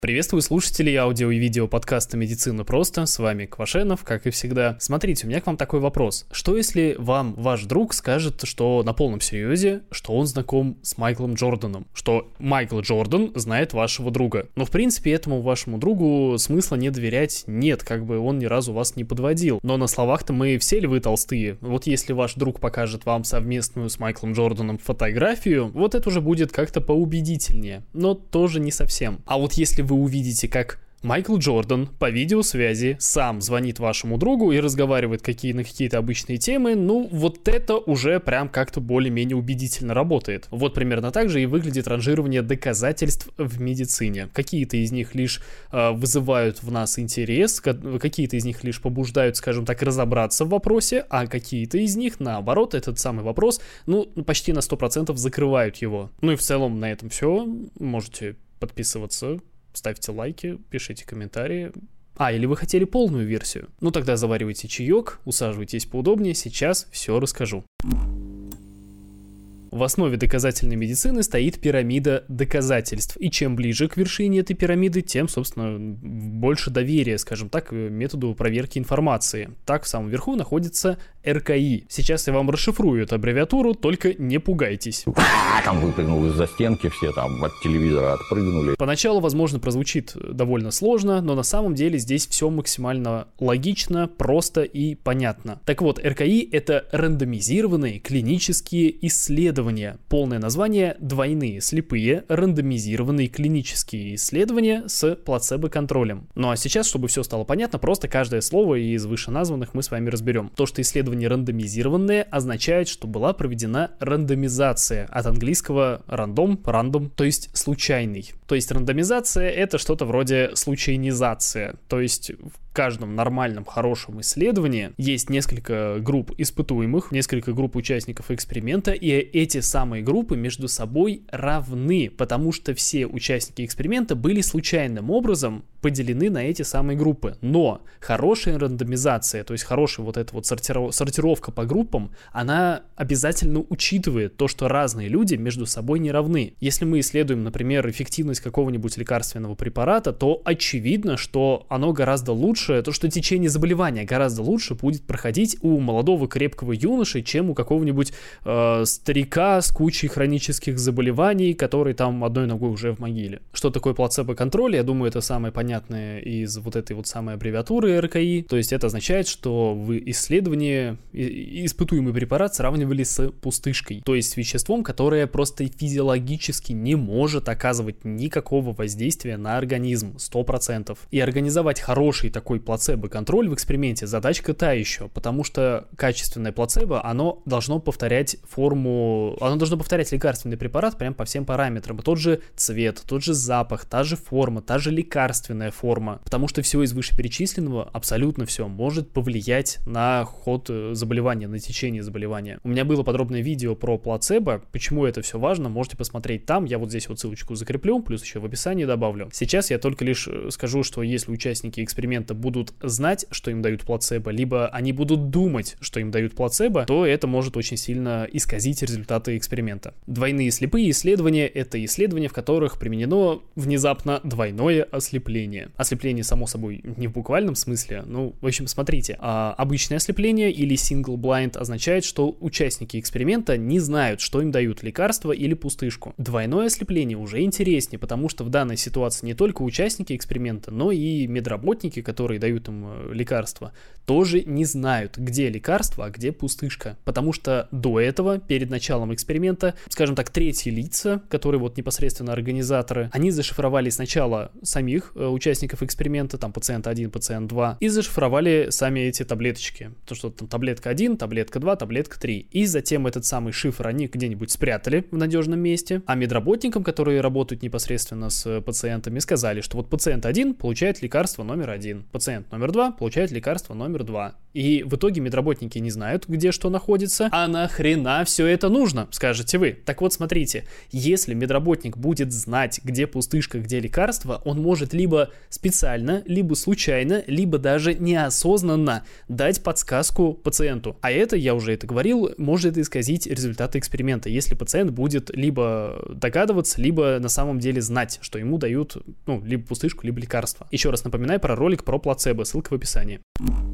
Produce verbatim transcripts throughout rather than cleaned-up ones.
Приветствую слушателей аудио и видео подкаста «Медицина просто». С вами Квашенов, как и всегда. Смотрите, у меня к вам такой вопрос. Что если вам ваш друг скажет, что на полном серьезе, что он знаком с Майклом Джорданом? Что Майкл Джордан знает вашего друга? Но, в принципе, этому вашему другу смысла не доверять нет, как бы он ни разу вас не подводил. Но на словах-то мы все львы толстые. Вот если ваш друг покажет вам совместную с Майклом Джорданом фотографию, вот это уже будет как-то поубедительнее. Но тоже не совсем. А вот если вы вы увидите, как Майкл Джордан по видеосвязи сам звонит вашему другу и разговаривает какие, на какие-то обычные темы, ну вот это уже прям как-то более-менее убедительно работает. Вот примерно так же и выглядит ранжирование доказательств в медицине. Какие-то из них лишь э, вызывают в нас интерес, какие-то из них лишь побуждают, скажем так, разобраться в вопросе, а какие-то из них, наоборот, этот самый вопрос, ну, почти на сто процентов закрывают его. Ну и в целом на этом все. Можете подписываться, ставьте лайки, пишите комментарии. А, или вы хотели полную версию? Ну тогда заваривайте чаек, усаживайтесь поудобнее, сейчас все расскажу. В основе доказательной медицины стоит пирамида доказательств. И чем ближе к вершине этой пирамиды, тем, собственно, больше доверия, скажем так, методу проверки информации. Так, в самом верху находится эр ка и. Сейчас я вам расшифрую эту аббревиатуру, только не пугайтесь. Там выпрыгнул из-за стенки, все там от телевизора отпрыгнули. Поначалу, возможно, прозвучит довольно сложно, но на самом деле здесь все максимально логично, просто и понятно. Так вот, эр ка и — это рандомизированные клинические исследования. Полное название — двойные слепые рандомизированные клинические исследования с плацебо-контролем. Ну а сейчас, чтобы все стало понятно, просто каждое слово из вышеназванных мы с вами разберем. То, что исследование рандомизированное, означает, что была проведена рандомизация. От английского рандом, рандом, то есть случайный. То есть рандомизация — это что-то вроде случайнизация. То есть в каждом нормальном, хорошем исследовании есть несколько групп испытуемых, несколько групп участников эксперимента, и эти самые группы между собой равны, потому что все участники эксперимента были случайным образом поделены на эти самые группы. Но хорошая рандомизация, то есть хорошая вот эта вот сортиров... сортировка по группам, она обязательно учитывает то, что разные люди между собой не равны. Если мы исследуем, например, эффективность какого-нибудь лекарственного препарата, то очевидно, что оно гораздо лучше, то, что течение заболевания гораздо лучше будет проходить у молодого крепкого юноши, чем у какого-нибудь э, старика с кучей хронических заболеваний, который там одной ногой уже в могиле. Что такое плацебо-контроль? Я думаю, это самое понятное из вот этой вот самой аббревиатуры эр ка и. То есть это означает, что в исследовании испытуемый препарат сравнивали с пустышкой, то есть с веществом, которое просто физиологически не может оказывать никакого воздействия на организм, сто процентов. И организовать хороший такой плацебо-контроль в эксперименте задачка та еще, потому что качественное плацебо, оно должно повторять форму, оно должно повторять лекарственный препарат прям по всем параметрам. Тот же цвет, тот же запах, та же форма, та же лекарственная форма, потому что все из вышеперечисленного, абсолютно все, может повлиять на ход заболевания, на течение заболевания. У меня было подробное видео про плацебо, почему это все важно, можете посмотреть там, я вот здесь вот ссылочку закреплю, плюс еще в описании добавлю. Сейчас я только лишь скажу, что если участники эксперимента будут знать, что им дают плацебо, либо они будут думать, что им дают плацебо, то это может очень сильно исказить результаты эксперимента. Двойные слепые исследования — это исследования, в которых применено внезапно двойное ослепление. Ослепление, само собой, не в буквальном смысле, ну, в общем, смотрите, а обычное ослепление или single blind означает, что участники эксперимента не знают, что им дают, лекарство или пустышку. Двойное ослепление уже интереснее, потому что в данной ситуации не только участники эксперимента, но и медработники, которые дают им лекарства, тоже не знают, где лекарство, а где пустышка. Потому что до этого, перед началом эксперимента, скажем так, третьи лица, которые вот непосредственно организаторы, они зашифровали сначала самих э, участников эксперимента, там пациент один, пациент два, и зашифровали сами эти таблеточки. То, что там таблетка один, таблетка два, таблетка три. И затем этот самый шифр они где-нибудь спрятали в надежном месте, а медработникам, которые работают непосредственно с пациентами, сказали, что вот пациент один получает лекарство номер один, пациент номер два получает лекарство номер два. И в итоге медработники не знают, где что находится. А нахрена все это нужно, скажете вы? Так вот, смотрите, если медработник будет знать, где пустышка, где лекарство, он может либо специально, либо случайно, либо даже неосознанно дать подсказку пациенту. А это, я уже это говорил, может исказить результаты эксперимента, если пациент будет либо догадываться, либо на самом деле знать, что ему дают, ну, либо пустышку, либо лекарство. Еще раз напоминаю про ролик про плацебо, ссылка в описании.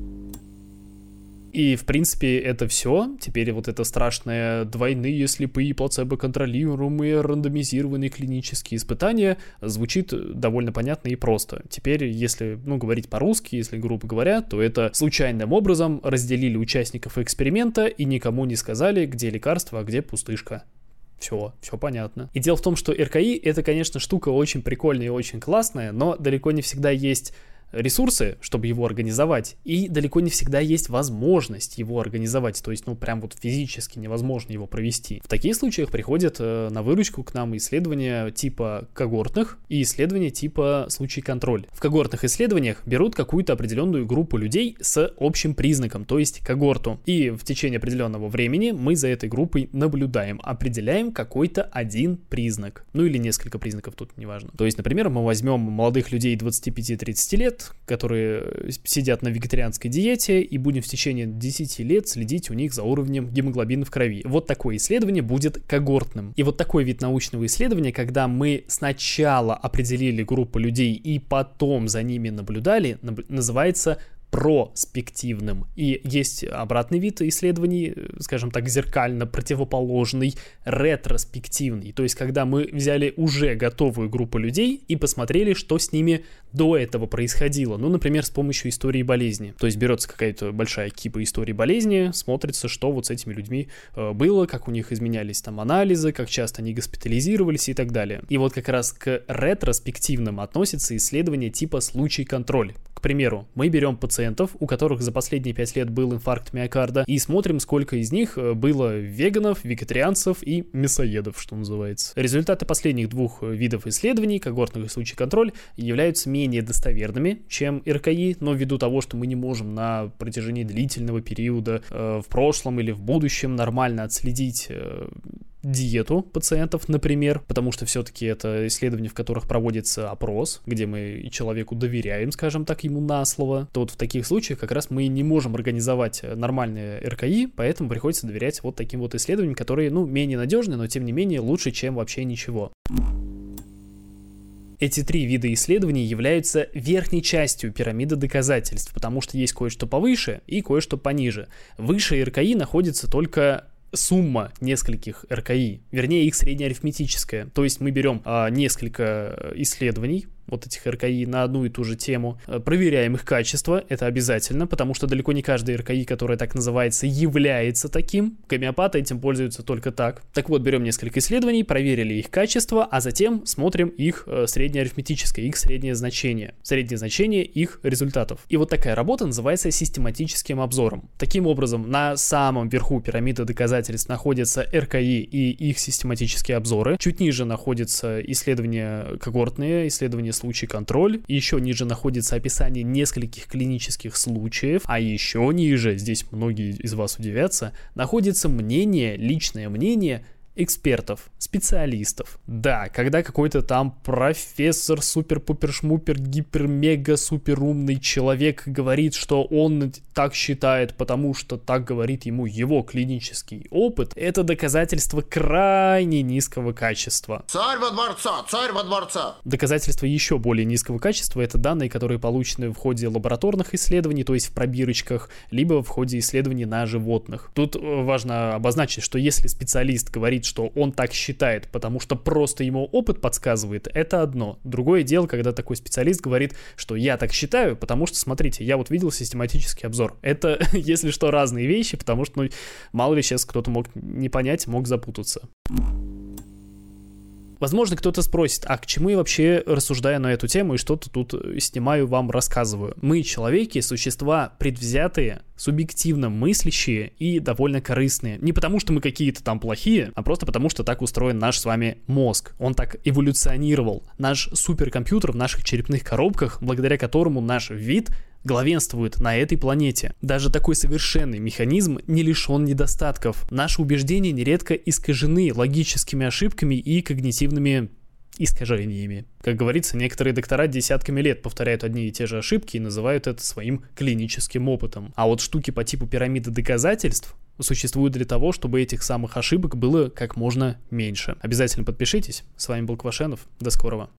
И, в принципе, это все. Теперь вот это страшное двойные слепые плацебо-контролируемые рандомизированные клинические испытания звучит довольно понятно и просто. Теперь, если, ну, говорить по-русски, если грубо говоря, то это случайным образом разделили участников эксперимента и никому не сказали, где лекарство, а где пустышка. Все, все понятно. И дело в том, что эр ка и это, конечно, штука очень прикольная и очень классная, но далеко не всегда есть ресурсы, чтобы его организовать, и далеко не всегда есть возможность его организовать, то есть, ну, прям вот физически невозможно его провести. В таких случаях приходят э, на выручку к нам исследования типа когортных и исследования типа случай-контроль. В когортных исследованиях берут какую-то определенную группу людей с общим признаком, то есть когорту, и в течение определенного времени мы за этой группой наблюдаем, определяем какой-то один признак, ну или несколько признаков, тут неважно. То есть, например, мы возьмем молодых людей двадцати пяти-тридцати лет, которые сидят на вегетарианской диете, и будем в течение десяти лет следить у них за уровнем гемоглобина в крови. Вот такое исследование будет когортным. И вот такой вид научного исследования, когда мы сначала определили группу людей и потом за ними наблюдали, называется проспективным. И есть обратный вид исследований, скажем так, зеркально противоположный, ретроспективный. То есть, когда мы взяли уже готовую группу людей и посмотрели, что с ними до этого происходило. Ну, например, с помощью истории болезни. То есть, берется какая-то большая кипа истории болезни, смотрится, что вот с этими людьми э, было, как у них изменялись там анализы, как часто они госпитализировались и так далее. И вот как раз к ретроспективным относятся исследования типа случай-контроль. К примеру, мы берем пациентов, у которых за последние пять лет был инфаркт миокарда, и смотрим, сколько из них было веганов, вегетарианцев и мясоедов, что называется. Результаты последних двух видов исследований, когортных и случай-контроль, являются менее достоверными, чем эр ка и, но ввиду того, что мы не можем на протяжении длительного периода э, в прошлом или в будущем нормально отследить э, диету пациентов, например, потому что все-таки это исследования, в которых проводится опрос, где мы человеку доверяем, скажем так, ему на слово, то вот в таких случаях как раз мы не можем организовать нормальные эр ка и, поэтому приходится доверять вот таким вот исследованиям, которые, ну, менее надежны, но тем не менее лучше, чем вообще ничего. Эти три вида исследований являются верхней частью пирамиды доказательств, потому что есть кое-что повыше и кое-что пониже. Выше эр ка и находится только сумма нескольких эр ка и, вернее их среднеарифметическая. То есть мы берем а, несколько исследований, вот этих эр ка и на одну и ту же тему, проверяем их качество, это обязательно, потому что далеко не каждый эр ка и, которое так называется, является таким. Гомеопаты этим пользуются только так. Так вот, берем несколько исследований, проверили их качество, а затем смотрим их среднеарифметическое, их среднее значение, среднее значение их результатов. И вот такая работа называется систематическим обзором. Таким образом, на самом верху пирамиды доказательств находятся эр ка и и их систематические обзоры, чуть ниже находятся исследования когортные, исследования случай-контроль, еще ниже находится описание нескольких клинических случаев, а еще ниже, здесь многие из вас удивятся, находится мнение, личное мнение экспертов, специалистов. Да, когда какой-то там профессор, супер-пупер-шмупер, гипер-мега-супер-умный человек говорит, что он так считает, потому что так говорит ему его клинический опыт, это доказательство крайне низкого качества. Царь во дворце, царь во дворце. Доказательства еще более низкого качества — это данные, которые получены в ходе лабораторных исследований, то есть в пробирочках, либо в ходе исследований на животных. Тут важно обозначить, что если специалист говорит, что он так считает, потому что просто ему опыт подсказывает, это одно. Другое дело, когда такой специалист говорит, что я так считаю, потому что, смотрите, я вот видел систематический обзор. Это, если что, разные вещи, потому что, ну, мало ли сейчас кто-то мог не понять, мог запутаться. Возможно, кто-то спросит, а к чему я вообще рассуждаю на эту тему и что-то тут снимаю, вам рассказываю. Мы, человеки, существа предвзятые, субъективно мыслящие и довольно корыстные. Не потому, что мы какие-то там плохие, а просто потому, что так устроен наш с вами мозг. Он так эволюционировал. Наш суперкомпьютер в наших черепных коробках, благодаря которому наш вид главенствует на этой планете. Даже такой совершенный механизм не лишен недостатков. Наши убеждения нередко искажены логическими ошибками и когнитивными искажениями. Как говорится, некоторые доктора десятками лет повторяют одни и те же ошибки и называют это своим клиническим опытом. А вот штуки по типу пирамиды доказательств существуют для того, чтобы этих самых ошибок было как можно меньше. Обязательно подпишитесь. С вами был Квашенов. До скорого.